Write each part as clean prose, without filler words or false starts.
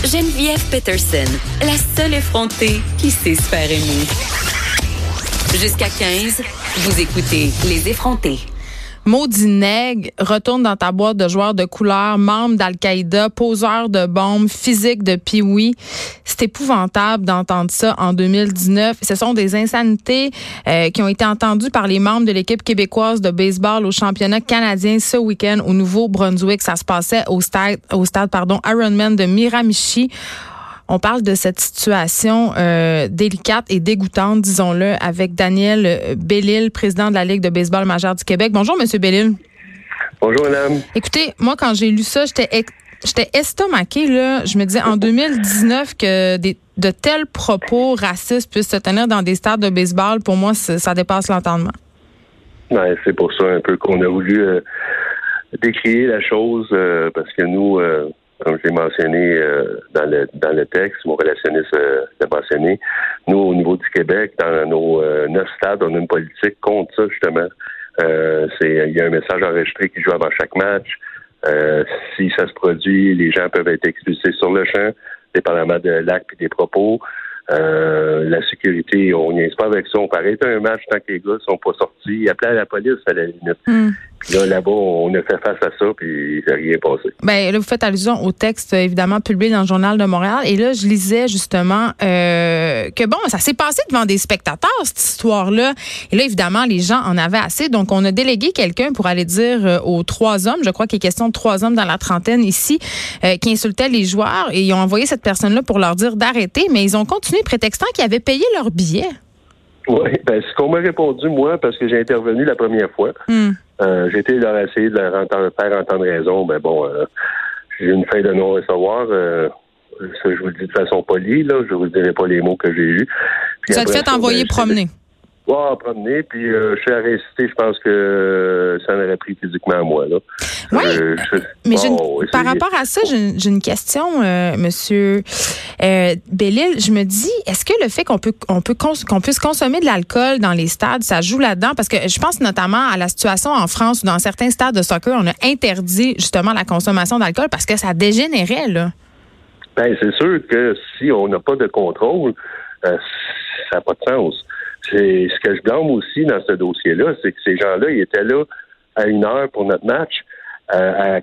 Geneviève Peterson, la seule effrontée qui sait se faire aimer. Jusqu'à 15, vous écoutez Les effrontés. Maudit nègre, retourne dans ta boîte de joueurs de couleur, membre d'Al-Qaïda, poseur de bombes, physique de Pee-wee. C'est épouvantable d'entendre ça en 2019. Ce sont des insanités qui ont été entendues par les membres de l'équipe québécoise de baseball au championnat canadien ce week-end au Nouveau-Brunswick. Ça se passait au stade Ironman de Miramichi. On parle de cette situation délicate et dégoûtante, disons-le, avec Daniel Bellil, président de la Ligue de baseball majeure du Québec. Bonjour, Monsieur Bellil. Bonjour, madame. Écoutez, moi, quand j'ai lu ça, j'étais estomaquée, là. Je me disais, en 2019, que de tels propos racistes puissent se tenir dans des stades de baseball, pour moi, ça dépasse l'entendement. Ouais, c'est pour ça un peu qu'on a voulu décrire la chose, parce que nous... comme je l'ai mentionné dans le texte, mon relationniste l'a mentionné, nous, au niveau du Québec, dans nos 9 stades, on a une politique contre ça, justement. Il y a un message enregistré qui joue avant chaque match. Si ça se produit, les gens peuvent être expulsés sur le champ, dépendamment de l'acte et des propos. La sécurité, on n'y est pas avec ça. On peut arrêter un match tant que les gars sont pas sortis. Appeler à la police à la limite. Puis là-bas, on a fait face à ça, puis il s'est rien passé. Ben là, vous faites allusion au texte, évidemment, publié dans le Journal de Montréal. Et là, je lisais justement que, bon, ça s'est passé devant des spectateurs, cette histoire-là. Et là, évidemment, les gens en avaient assez. Donc, on a délégué quelqu'un pour aller dire aux 3 hommes, je crois qu'il est question de 3 hommes dans la trentaine ici, qui insultaient les joueurs. Et ils ont envoyé cette personne-là pour leur dire d'arrêter. Mais ils ont continué prétextant qu'ils avaient payé leur billet. Oui, ben ce qu'on m'a répondu, moi, parce que j'ai intervenu la première fois. J'ai été leur essayer de leur faire entendre raison. Ben bon, j'ai une fin de non-recevoir. Ça, je vous le dis de façon polie, là. Je vous dirai pas les mots que j'ai eus. Puis ça te fait envoyer promener. Promener, puis je suis à réciter, je pense que ça en aurait pris physiquement à moi, là. Oui, mais par rapport à ça, j'ai une question, Monsieur Bellil. Je me dis, est-ce que le fait qu'on puisse consommer de l'alcool dans les stades, ça joue là-dedans? Parce que je pense notamment à la situation en France où dans certains stades de soccer, on a interdit justement la consommation d'alcool parce que ça dégénérait, là. Ben, c'est sûr que si on n'a pas de contrôle, ça n'a pas de sens. C'est ce que je blâme aussi dans ce dossier-là, c'est que ces gens-là, ils étaient là à 1h pour notre match, à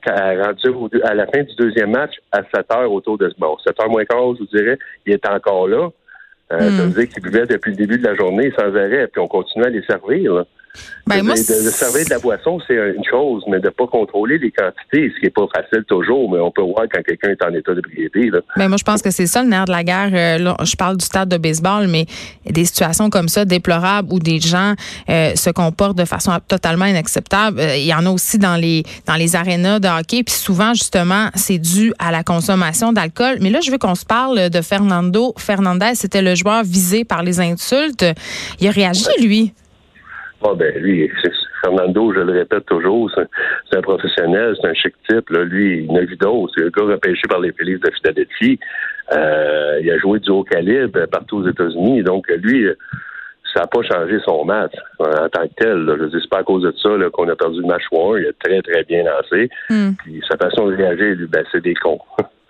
la fin du deuxième match, à 7h autour de 7h moins quart, je vous dirais, ils étaient encore là. Ça veut dire qu'ils buvaient depuis le début de la journée sans arrêt, puis on continuait à les servir, là. De servir de la boisson, c'est une chose, mais de ne pas contrôler les quantités, ce qui n'est pas facile toujours, mais on peut voir quand quelqu'un est en état d'ébriété. Ben moi, je pense que c'est ça le nerf de la guerre. Là, je parle du stade de baseball, mais des situations comme ça, déplorables, où des gens se comportent de façon totalement inacceptable. Il y en a aussi dans les arénas de hockey, puis souvent, justement, c'est dû à la consommation d'alcool. Mais là, je veux qu'on se parle de Fernando Fernandez. C'était le joueur visé par les insultes. Il a réagi, lui. Ah ben lui, Fernando, je le répète toujours, c'est un professionnel, c'est un chic type. Là. Lui, il n'a vu d'autres. C'est le gars repêché par les Phillies de Philadelphie. Il a joué du haut calibre partout aux États-Unis. Donc, lui, ça n'a pas changé son match en tant que tel. Là. Je veux dire, c'est pas à cause de ça là, qu'on a perdu le match 1. Il a très, très bien lancé. Puis sa façon de réagir, lui, ben, c'est des cons.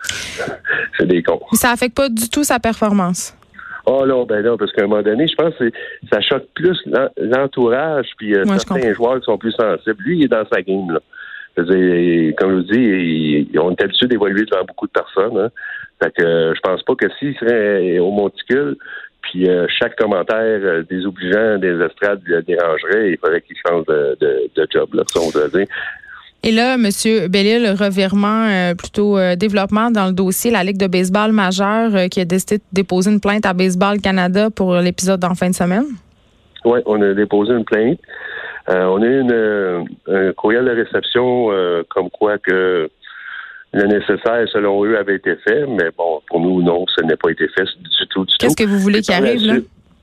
C'est des cons. Ça affecte pas du tout sa performance. Oh non, ben non, parce qu'à un moment donné, je pense que ça choque plus l'entourage puis certains joueurs qui sont plus sensibles. Lui, il est dans sa game, là. Je veux dire, comme je vous dis, on est habitué d'évoluer devant beaucoup de personnes. Hein. Fait que je pense pas que s'il serait au monticule, puis chaque commentaire désobligeant des estrades le dérangerait, il faudrait qu'il change de job, là, ça on doit dire. Et là, M. Bellil, revirement, plutôt développement dans le dossier, la Ligue de baseball majeure qui a décidé de déposer une plainte à Baseball Canada pour l'épisode en fin de semaine? Oui, on a déposé une plainte. On a eu un courriel de réception comme quoi que le nécessaire, selon eux, avait été fait, mais bon, pour nous, non, ça n'a pas été fait du tout. Qu'est-ce que vous voulez qu'il arrive, là?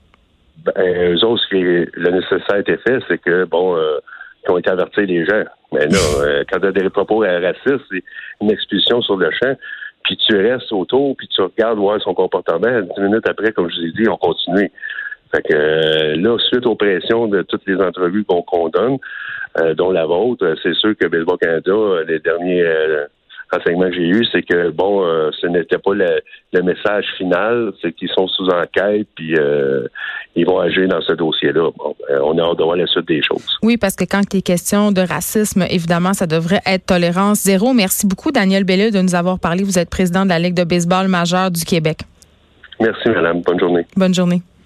Eux autres, le nécessaire a été fait, c'est que, bon... qui ont été avertis les gens. Mais là, quand tu as des propos racistes, c'est une expulsion sur le champ, puis tu restes autour, puis tu regardes voir son comportement. 10 minutes après, comme je vous ai dit, on continue. Fait que là, suite aux pressions de toutes les entrevues qu'on donne, dont la vôtre, c'est sûr que Baseball Canada, les derniers renseignements que j'ai eus, c'est que, ce n'était pas le message final, c'est qu'ils sont sous enquête, puis ils vont agir dans ce dossier-là. On a hâte de voir la suite des choses. Oui, parce que quand il est question de racisme, évidemment, ça devrait être tolérance zéro. Merci beaucoup, Daniel Belleuil, de nous avoir parlé. Vous êtes président de la Ligue de baseball majeure du Québec. Merci, madame. Bonne journée. Bonne journée.